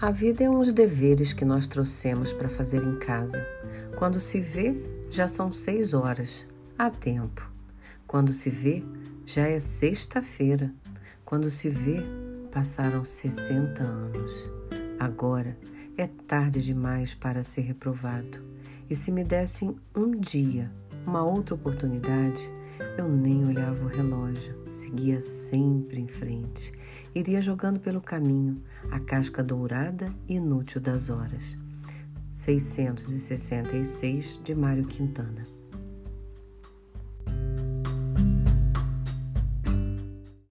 A vida é uns deveres que nós trouxemos para fazer em casa. Quando se vê, já são 6 horas. Há tempo. Quando se vê, já é sexta-feira. Quando se vê, passaram 60 anos. Agora é tarde demais para ser reprovado. E se me dessem um dia, uma outra oportunidade, eu nem olhava o relógio, seguia sempre em frente. Iria jogando pelo caminho a casca dourada e inútil das horas. 666, de Mário Quintana.